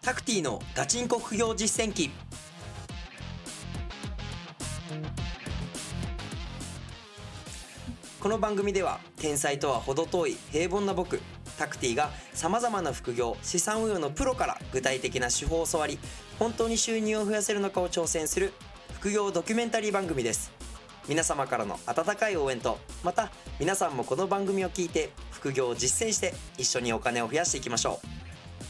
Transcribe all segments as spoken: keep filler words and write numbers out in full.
タクティのガチンコ副業実践記。この番組では天才とは程遠い平凡な僕タクティがさまざまな副業資産運用のプロから具体的な手法を教わり、本当に収入を増やせるのかを挑戦する副業ドキュメンタリー番組です。皆様からの温かい応援と、また皆さんもこの番組を聞いて副業を実践して一緒にお金を増やしていきましょう。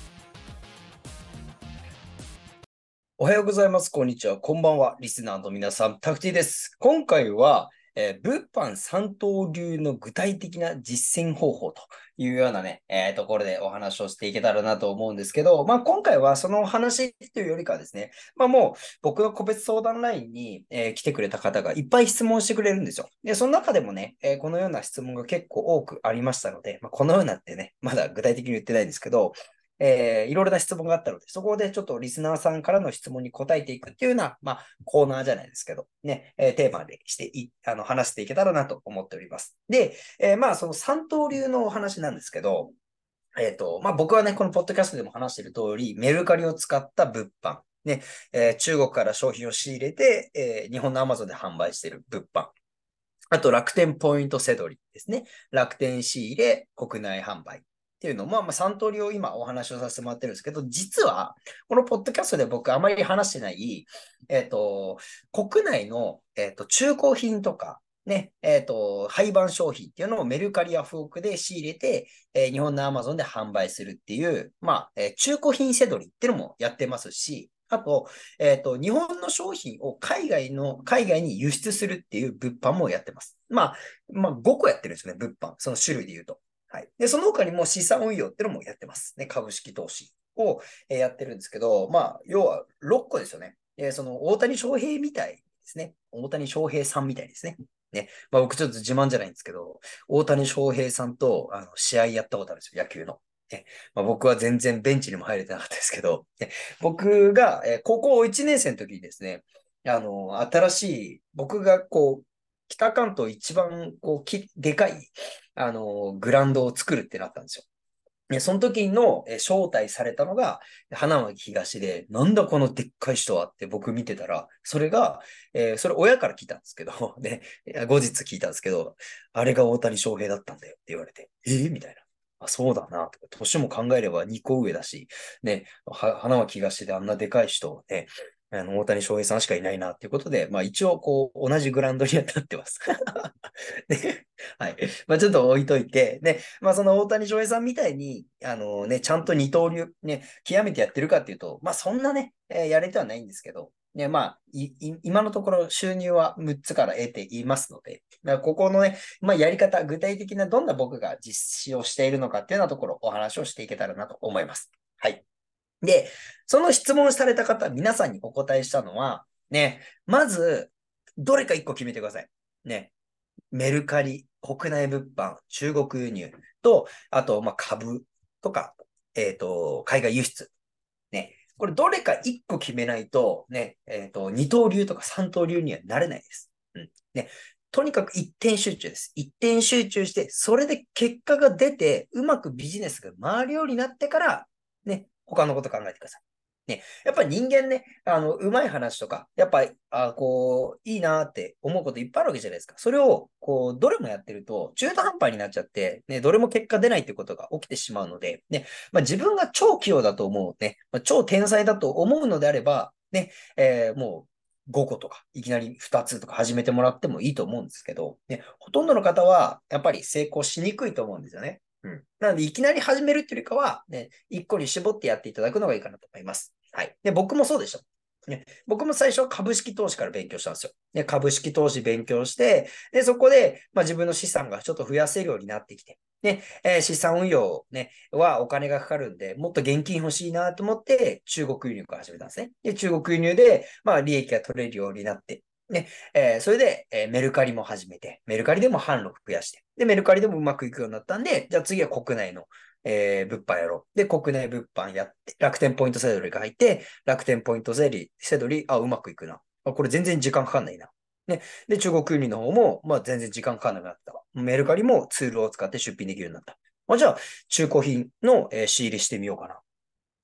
おはようございます。こんにちは。こんばんは。リスナーの皆さん、タクティです。今回は、えー、物販三刀流の具体的な実践方法というようなね、えー、ところでお話をしていけたらなと思うんですけど、まあ今回はそのお話というよりかはですね、まあもう僕の個別相談ラインに、えー、来てくれた方がいっぱい質問してくれるんですよ。で、その中でもね、えー、このような質問が結構多くありましたので、まあ、このようなってね、まだ具体的に言ってないんですけど、えーいろいろな質問があったので、そこでちょっとリスナーさんからの質問に答えていくっていうような、まあ、コーナーじゃないですけど、ね、えーテーマでしてい、あの、話していけたらなと思っております。で、えーまあ、その三刀流のお話なんですけど、えっと、まあ、僕はね、このポッドキャストでも話している通り、メルカリを使った物販、ね、えー中国から商品を仕入れて、えー日本のアマゾンで販売している物販。あと、楽天ポイントせどりですね。楽天仕入れ、国内販売。っていうのも、まあ、さん通りを今お話をさせてもらってるんですけど、実は、このポッドキャストで僕あまり話してない、えっと、国内の、えっと、中古品とか、ね、えっと、廃盤商品っていうのをメルカリやフォークで仕入れて、えー日本のアマゾンで販売するっていう、まあ、えー中古品せどりっていうのもやってますし、あと、えっと、日本の商品を海外の、海外に輸出するっていう物販もやってます。まあ、まあ、ごこやってるんですよね、物販。その種類で言うと。はい。で、その他にも資産運用っていうのもやってます。ね、株式投資を、えーやってるんですけど、まあ、要はろっこですよね。えーその大谷翔平みたいですね。大谷翔平さんみたいですね。ね。まあ、僕ちょっと自慢じゃないんですけど、大谷翔平さんとあの試合やったことあるんですよ、野球の。ねまあ、僕は全然ベンチにも入れてなかったですけど、ね、僕が、えー高校いちねん生の時にですね、あの、新しい、僕がこう、北関東一番こうきでかい、あの、グラウンドを作るってなったんですよ。で、その時のえー招待されたのが、花巻東で、なんだこのでっかい人はって僕見てたら、それが、えーそれ親から聞いたんですけど、で、後日聞いたんですけど、あれが大谷翔平だったんだよって言われて、えー、みたいな。あ、そうだな、とか、年も考えればにこ上だし、ね、は花巻東であんなでかい人をね、あの、大谷翔平さんしかいないなっていうことで、まあ一応こう、同じグラウンドには立ってます。ね、はい。まあちょっと置いといて、で、まあその大谷翔平さんみたいに、あのね、ちゃんと二刀流、ね、極めてやってるかっていうと、まあそんなね、えーやれてはないんですけど、ね、まあ、いい今のところ収入はむっつから得ていますので、だからここのね、まあやり方、具体的などんな僕が実施をしているのかっていうようなところお話をしていけたらなと思います。はい。で、その質問された方、皆さんにお答えしたのは、ね、まず、どれか一個決めてください。ね、メルカリ、国内物販、中国輸入と、あと、まあ、株とか、えっと、海外輸出。ね。これ、どれか一個決めないと、ね、えっと、二刀流とか三刀流にはなれないです。うん。ね。とにかく一点集中です。一点集中して、それで結果が出て、うまくビジネスが回るようになってから、ね、他のこと考えてください。ね、やっぱり人間ね、あの、うまい話とか、やっぱり、あこう、いいなって思うこといっぱいあるわけじゃないですか。それを、こう、どれもやってると、中途半端になっちゃって、ね、どれも結果出ないってことが起きてしまうので、ね、まあ、自分が超器用だと思うね、まあ、超天才だと思うのであれば、ね、えーもう、ごことか、いきなりふたつとか始めてもらってもいいと思うんですけど、ね、ほとんどの方は、やっぱり成功しにくいと思うんですよね。うん。なので、いきなり始めるっていうよりかは、ね、一個に絞ってやっていただくのがいいかなと思います。はい。で、僕もそうでした。ね、僕も最初は株式投資から勉強したんですよ。で、株式投資勉強して、で、そこで、まあ、自分の資産がちょっと増やせるようになってきて、で、えー資産運用、ね、はお金がかかるんで、もっと現金欲しいなと思って、中国輸入から始めたんですね。で、中国輸入で、まあ、利益が取れるようになって、ね、えーそれで、えーメルカリも始めて、メルカリでも販路増やして、で、メルカリでもうまくいくようになったんで、じゃあ次は国内の、えー物販やろう。で、国内物販やって、楽天ポイントセドリが入って、楽天ポイントセリ、セドリ、あ、うまくいくな。あ、これ全然時間かかんないな。ね。で、中国輸入の方も、まあ全然時間かかんなくなった。メルカリもツールを使って出品できるようになった。まあ、じゃあ、中古品の、えー仕入れしてみようかな。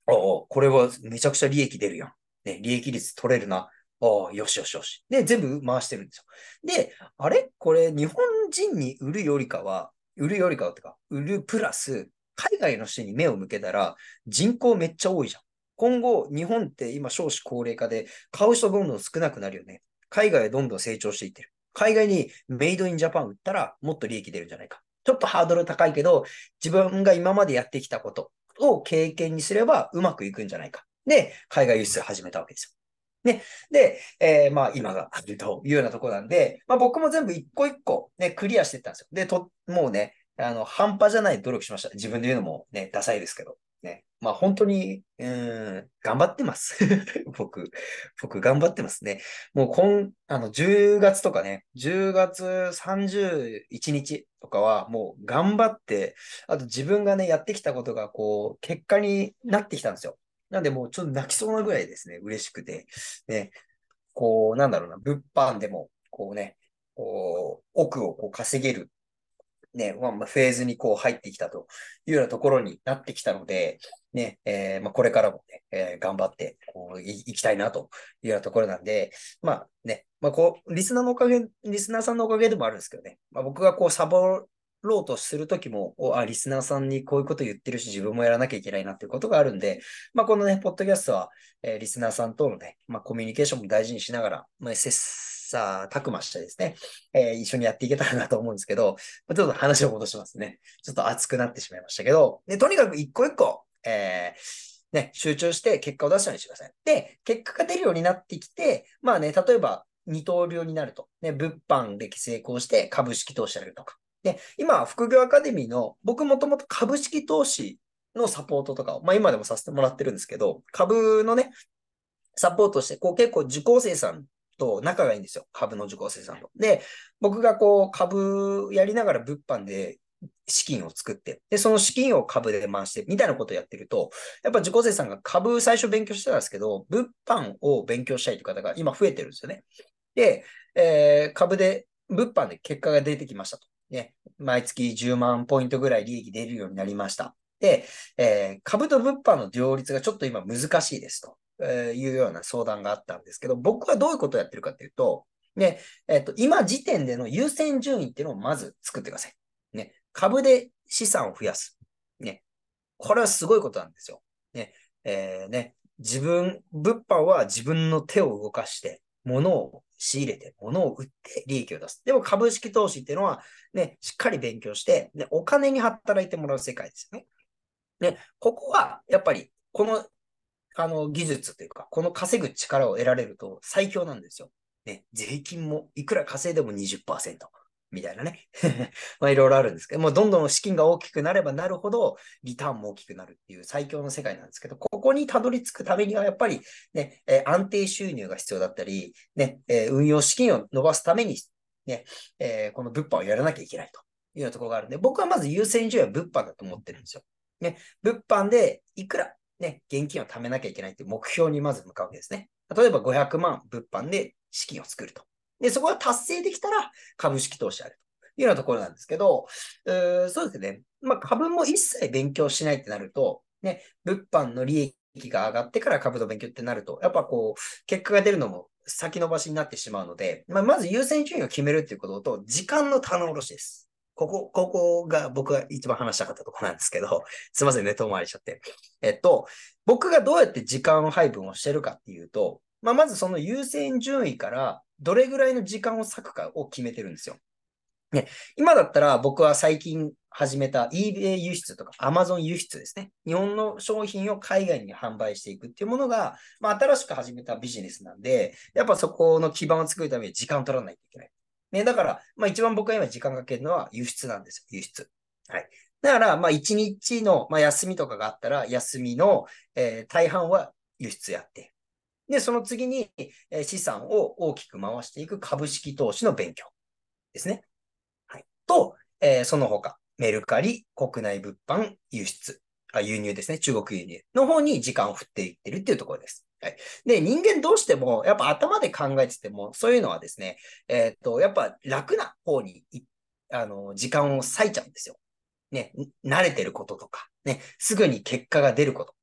おお、これはめちゃくちゃ利益出るやん。ね、利益率取れるな。おお、よしよしよし。で、全部回してるんですよ。で、あれこれ、日本人に売るよりかは、売るよりかはってか、売るプラス、海外の人に目を向けたら、人口めっちゃ多いじゃん。今後、日本って今少子高齢化で、買う人どんどん少なくなるよね。海外はどんどん成長していってる。海外にメイドインジャパン売ったら、もっと利益出るんじゃないか。ちょっとハードル高いけど、自分が今までやってきたこと、を経験にすればうまくいくんじゃないか。で、海外輸出を始めたわけですよ。ね。で、えーまあ今があるというようなところなんで、まあ僕も全部一個一個ね、クリアしていったんですよ。で、と、もうね、あの、半端じゃない努力しました。自分で言うのもね、ダサいですけど。ね。まあ本当に、うーん、頑張ってます。僕、僕頑張ってますね。もう今、あの、じゅうがつとかね、じゅうがつさんじゅういちにちとかはもう頑張って、あと自分がね、やってきたことがこう、結果になってきたんですよ。なんでもうちょっと泣きそうなぐらいですね、嬉しくて。ね、こう、なんだろうな、物販でも、こうね、こう、億をこう稼げるね、まあ、まあフェーズにこう入ってきたというようなところになってきたので、ね、えーまあ、これからもね、えー頑張ってこうい、いきたいなというようなところなんで、まあね、まあこう、リスナーのおかげ、リスナーさんのおかげでもあるんですけどね、まあ、僕がこうサボろうとするときも、おあ、リスナーさんにこういうこと言ってるし、自分もやらなきゃいけないなっていうことがあるんで、まあこのね、ポッドキャストは、えーリスナーさんとのね、まあコミュニケーションも大事にしながら、まあ、切磋琢磨してですね、えー一緒にやっていけたらなと思うんですけど、ちょっと話を戻しますね。ちょっと熱くなってしまいましたけど、でとにかく一個一個、えーね、集中して結果を出すようにしてください。で、結果が出るようになってきて、まあね、例えば二刀流になると、ね、物販で成功して株式投資やるとか。で、今、副業アカデミーの、僕もともと株式投資のサポートとかを、まあ今でもさせてもらってるんですけど、株のね、サポートして、こう結構受講生さんと仲がいいんですよ。株の受講生さんと。で、僕がこう株やりながら物販で資金を作って、で、その資金を株で回して、みたいなことをやってると、やっぱ受講生さんが株最初勉強してたんですけど、物販を勉強したいという方が今増えてるんですよね。で、えー株で、物販で結果が出てきましたと。ね、毎月じゅうまんポイントぐらい利益出るようになりました。で、えー株と物販の両立がちょっと今難しいですと。えーいうような相談があったんですけど、僕はどういうことをやってるかっていうと、ね、えっと、今時点での優先順位っていうのをまず作ってください。ね、株で資産を増やす。ね、これはすごいことなんですよ。ね、えーね、自分、物販は自分の手を動かして、物を仕入れて、物を売って利益を出す。でも株式投資っていうのは、ね、しっかり勉強して、で、お金に働いてもらう世界ですよね。で、ここは、やっぱり、このあの、技術というか、この稼ぐ力を得られると最強なんですよ。ね、税金もいくら稼いでもにじゅっパーセントみたいなね。まあいろいろあるんですけど、もうどんどん資金が大きくなればなるほど、リターンも大きくなるっていう最強の世界なんですけど、ここにたどり着くためにはやっぱりね、えー安定収入が必要だったり、ね、えー運用資金を伸ばすために、ね、えーこの物販をやらなきゃいけないというようなところがあるんで、僕はまず優先順位は物販だと思ってるんですよ。ね、物販でいくらね、現金を貯めなきゃいけないっていう目標にまず向かうわけですね。例えばごひゃくまん物販で資金を作ると。で、そこが達成できたら株式投資あるというようなところなんですけど、うそうですね。まあ、株も一切勉強しないってなると、ね、物販の利益が上がってから株の勉強ってなると、やっぱこう、結果が出るのも先延ばしになってしまうので、まあ、まず優先順位を決めるっていうことと、時間の棚卸しです。ここ、ここが僕が一番話したかったところなんですけど、すいませんね、遠回りしちゃって。えっと、僕がどうやって時間配分をしてるかっていうと、まあ、まずその優先順位からどれぐらいの時間を割くかを決めてるんですよ。ね、今だったら僕は最近始めた eBay 輸出とか Amazon 輸出ですね。日本の商品を海外に販売していくっていうものが、まあ、新しく始めたビジネスなんで、やっぱそこの基盤を作るために時間を取らないといけない。ね、だから、まあ一番僕が今時間かけるのは輸出なんですよ。輸出。はい。だから、まあ一日の、まあ、休みとかがあったら、休みの、えー大半は輸出やって、で、その次に、えー資産を大きく回していく株式投資の勉強ですね。はい。と、えーその他、メルカリ、国内物販、輸出、あ、輸入ですね。中国輸入の方に時間を振っていってるっていうところです。はい。で、人間どうしても、やっぱ頭で考えてても、そういうのはですね、えーっと、やっぱ楽な方にあの、時間を割いちゃうんですよ。ね、慣れてることとか、ね、すぐに結果が出ること。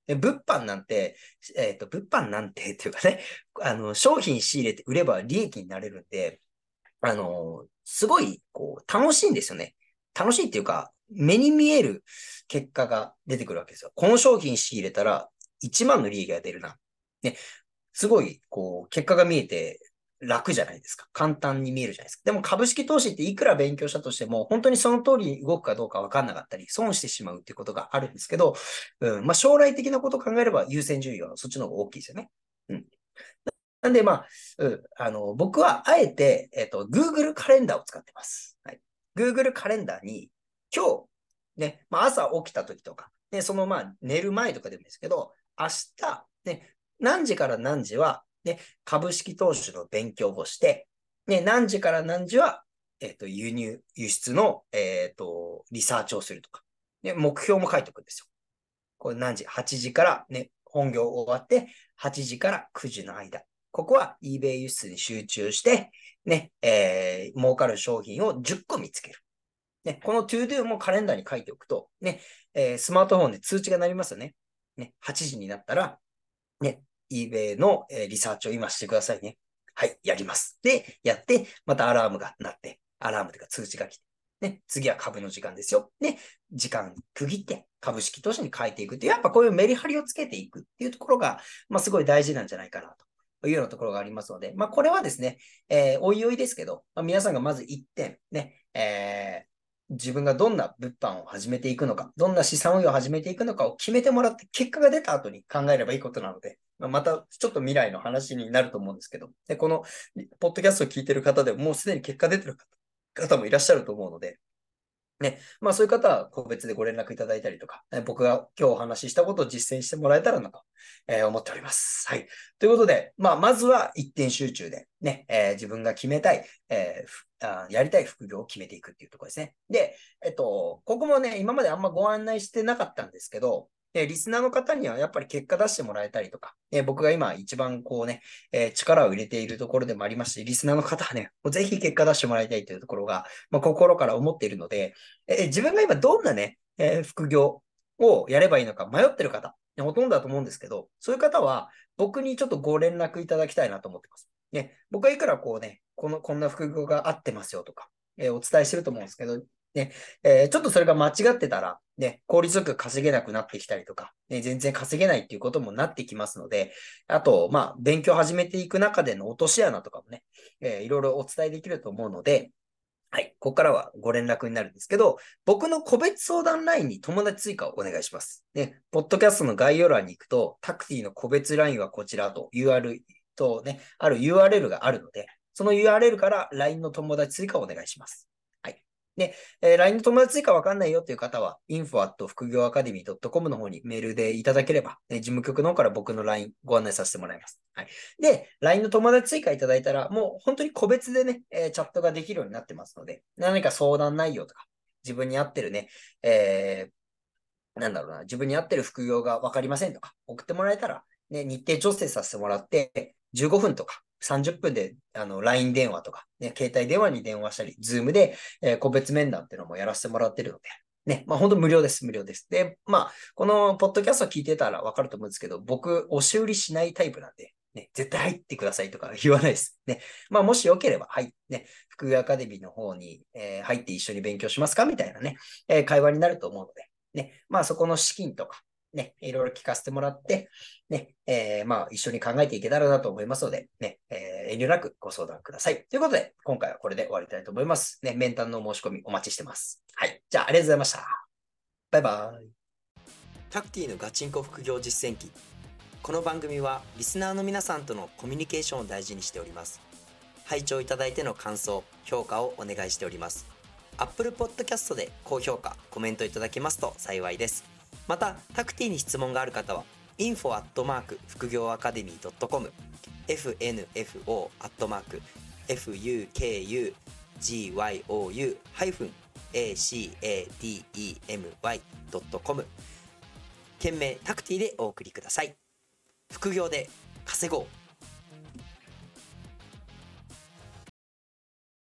で物販なんて、えっと、物販なんてっていうかね、あの、商品仕入れて売れば利益になれるんで、あの、すごい、こう、楽しいんですよね。楽しいっていうか、目に見える結果が出てくるわけですよ。この商品仕入れたらいちまんの利益が出るな。ね、すごい、こう、結果が見えて楽じゃないですか。簡単に見えるじゃないですか。でも株式投資っていくら勉強したとしても、本当にその通りに動くかどうかわかんなかったり、損してしまうっていうことがあるんですけど、うん、まあ将来的なことを考えれば優先順位はそっちの方が大きいですよね。うん。なんで、まあ、うん、あの、僕はあえて、えっと、Google カレンダーを使ってます。はい。Google カレンダーに、今日、ね、まあ、朝起きた時とか、ね、そのまあ、寝る前とかでもいいですけど、明日、ね、何時から何時は、ね、株式投資の勉強をして、ね、何時から何時は、えっと、輸入、輸出の、えっと、リサーチをするとか、ね、目標も書いておくんですよ。これ何時 ?はち 時からね、本業終わって、はちじからくじの間。ここは eBay 輸出に集中して、ね、えー、儲かる商品をじゅっこ見つける。ね、この ToDo もカレンダーに書いておくと、ね、えー、スマートフォンで通知が鳴りますよね。ね、はちじになったら、ね、eBay の、えー、リサーチを今してくださいね。はい、やります。で、やって、またアラームが鳴って、アラームというか通知が来て、ね、次は株の時間ですよ。で、時間区切って株式投資に変えていくっていう、やっぱこういうメリハリをつけていくっていうところが、まあ、すごい大事なんじゃないかなというようなところがありますので、まあ、これはですね、えー、おいおいですけど、まあ、皆さんがまずいってん、ね、えー自分がどんな物販を始めていくのか、どんな資産運用を始めていくのかを決めてもらって、結果が出た後に考えればいいことなので、またちょっと未来の話になると思うんですけど、でこのポッドキャストを聞いている方でももうすでに結果出てる方もいらっしゃると思うので、ね、まあそういう方は個別でご連絡いただいたりとか、僕が今日お話ししたことを実践してもらえたらなと、えー、思っております。はい。ということで、まあまずは一点集中でね、えー、自分が決めたい、えー、あやりたい副業を決めていくっていうところですね。で、えっと、ここもね、今まであんまご案内してなかったんですけど、でリスナーの方にはやっぱり結果出してもらえたりとか、え僕が今一番こうね、えー、力を入れているところでもありまして、リスナーの方はね、ぜひ結果出してもらいたいというところが、まあ、心から思っているので、え自分が今どんなね、えー副業をやればいいのか迷ってる方、ほとんどだと思うんですけど、そういう方は僕にちょっとご連絡いただきたいなと思ってます。ね、僕はいくらこうね、この、こんな副業が合ってますよとか、えーお伝えしてると思うんですけど、ね、えーちょっとそれが間違ってたら、ね、効率よく稼げなくなってきたりとか、ね、全然稼げないっていうこともなってきますので、あと、まあ、勉強始めていく中での落とし穴とかもね、えーいろいろお伝えできると思うので、はい。ここからはご連絡になるんですけど、僕の個別相談ラインに友達追加をお願いします。ね、ポッドキャストの概要欄に行くと、タクティの個別ラインはこちらと ユーアール とね、ある ユーアールエル があるので、その ユーアールエル から ライン の友達追加をお願いします。はい。で、えー ライン の友達追加わかんないよっていう方は、インフォアット副業アカデミードットコム の方にメールでいただければ、ね、事務局の方から僕の ライン ご案内させてもらいます。はい。で、ライン の友達追加いただいたら、もう本当に個別でね、えーチャットができるようになってますので、何か相談内容とか、自分に合ってるね、えー、なんだろうな、自分に合ってる副業がわかりませんとか、送ってもらえたら、ね、日程調整させてもらって、じゅうごふんとかさんじゅっぷんで、あの、ライン 電話とか、ね、携帯電話に電話したり、ズームで、えー個別面談っていうのもやらせてもらってるので、ね、まあ本当無料です、無料です。で、まあ、このポッドキャスト聞いてたらわかると思うんですけど、僕、押し売りしないタイプなんで、ね、絶対入ってくださいとか言わないです。ね。まあ、もしよければ、はい。ね、副業アカデミーの方に、えー入って一緒に勉強しますかみたいなね、えー会話になると思うので、ね、まあ、そこの資金とか、ね、いろいろ聞かせてもらって、ね、えーまあ、一緒に考えていけたらなと思いますので、ね、えー遠慮なくご相談ください。ということで、今回はこれで終わりたいと思います。ね、面談の申し込みお待ちしてます。はい。じゃあ、ありがとうございました。バイバイ。 タクティのガチンコ副業実践記。この番組はリスナーの皆さんとのコミュニケーションを大事にしております。拝聴いただいての感想、評価をお願いしております。Apple Podcast で高評価、コメントいただけますと幸いです。また、タクティに質問がある方は、インフォ アットマーク 副業アカデミー ドットコム、エフエヌエフオー アットマーク フュクゴ ハイフン エーシーエーディーイーエムワイ ドットコム、件名タクティでお送りください。副業で稼ごう。